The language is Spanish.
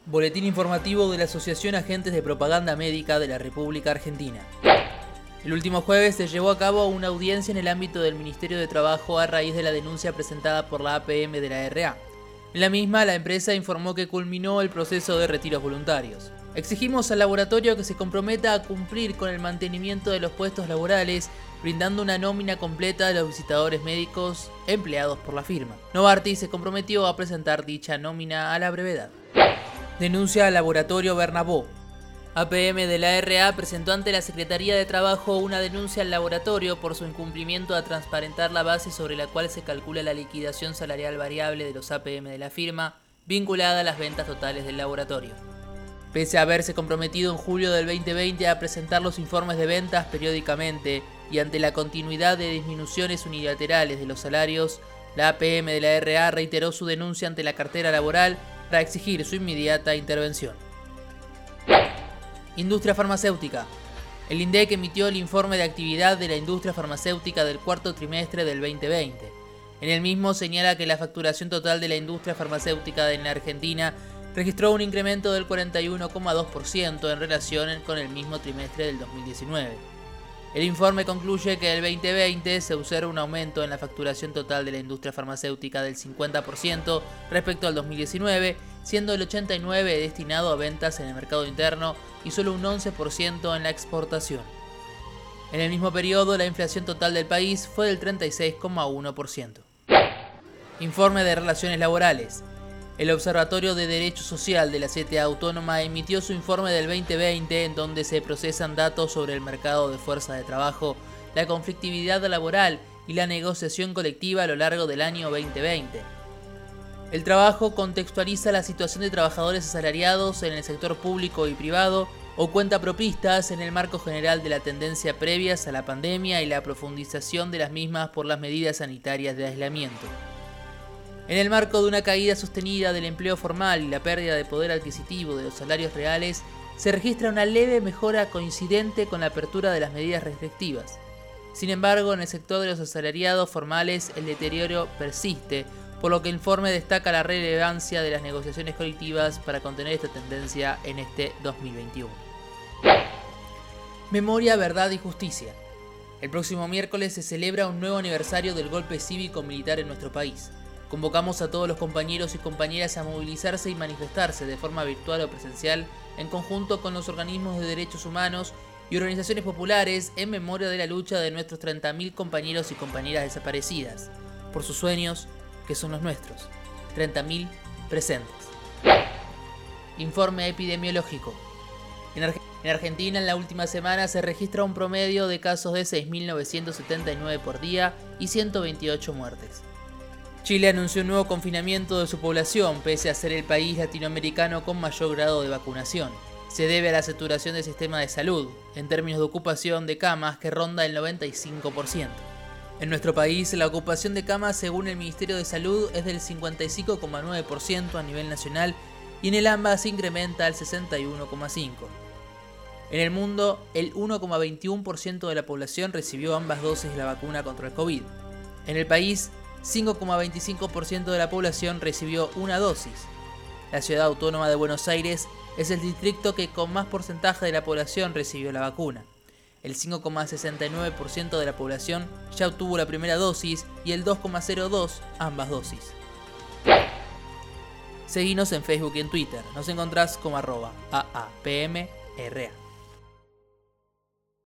Boletín informativo de la Asociación Agentes de Propaganda Médica de la República Argentina. El último jueves se llevó a cabo una audiencia en el ámbito del Ministerio de Trabajo a raíz de la denuncia presentada por la APM de la RA. En la misma, la empresa informó que culminó el proceso de retiros voluntarios. Exigimos al laboratorio que se comprometa a cumplir con el mantenimiento de los puestos laborales, brindando una nómina completa de los visitadores médicos empleados por la firma. Novartis se comprometió a presentar dicha nómina a la brevedad. Denuncia al laboratorio Bernabó. APM de la RA presentó ante la Secretaría de Trabajo una denuncia al laboratorio por su incumplimiento a transparentar la base sobre la cual se calcula la liquidación salarial variable de los APM de la firma, vinculada a las ventas totales del laboratorio. Pese a haberse comprometido en julio del 2020 a presentar los informes de ventas periódicamente y ante la continuidad de disminuciones unilaterales de los salarios, la APM de la RA reiteró su denuncia ante la cartera laboral para exigir su inmediata intervención. Industria farmacéutica. El INDEC emitió el informe de actividad de la industria farmacéutica del cuarto trimestre del 2020. En el mismo señala que la facturación total de la industria farmacéutica en la Argentina registró un incremento del 41,2% en relación con el mismo trimestre del 2019. El informe concluye que en el 2020 se observa un aumento en la facturación total de la industria farmacéutica del 50% respecto al 2019, siendo el 89% destinado a ventas en el mercado interno y solo un 11% en la exportación. En el mismo periodo, la inflación total del país fue del 36,1%. Informe de relaciones laborales. El Observatorio de Derecho Social de la CTA Autónoma emitió su informe del 2020 en donde se procesan datos sobre el mercado de fuerza de trabajo, la conflictividad laboral y la negociación colectiva a lo largo del año 2020. El trabajo contextualiza la situación de trabajadores asalariados en el sector público y privado o cuentapropistas en el marco general de la tendencia previas a la pandemia y la profundización de las mismas por las medidas sanitarias de aislamiento. En el marco de una caída sostenida del empleo formal y la pérdida de poder adquisitivo de los salarios reales, se registra una leve mejora coincidente con la apertura de las medidas restrictivas. Sin embargo, en el sector de los asalariados formales el deterioro persiste, por lo que el informe destaca la relevancia de las negociaciones colectivas para contener esta tendencia en este 2021. Memoria, verdad y justicia. El próximo miércoles se celebra un nuevo aniversario del golpe cívico-militar en nuestro país. Convocamos a todos los compañeros y compañeras a movilizarse y manifestarse de forma virtual o presencial en conjunto con los organismos de derechos humanos y organizaciones populares en memoria de la lucha de nuestros 30.000 compañeros y compañeras desaparecidas, por sus sueños, que son los nuestros. 30.000 presentes. Informe epidemiológico. En Argentina en la última semana se registra un promedio de casos de 6.979 por día y 128 muertes. Chile anunció un nuevo confinamiento de su población, pese a ser el país latinoamericano con mayor grado de vacunación. Se debe a la saturación del sistema de salud, en términos de ocupación de camas, que ronda el 95%. En nuestro país, la ocupación de camas, según el Ministerio de Salud, es del 55,9% a nivel nacional y en el AMBA se incrementa al 61,5%. En el mundo, el 1,21% de la población recibió ambas dosis de la vacuna contra el COVID. En el país, 5,25% de la población recibió una dosis. La ciudad autónoma de Buenos Aires es el distrito que con más porcentaje de la población recibió la vacuna. El 5,69% de la población ya obtuvo la primera dosis y el 2,02% ambas dosis. Seguinos en Facebook y en Twitter. Nos encontrás como @AAPMRA.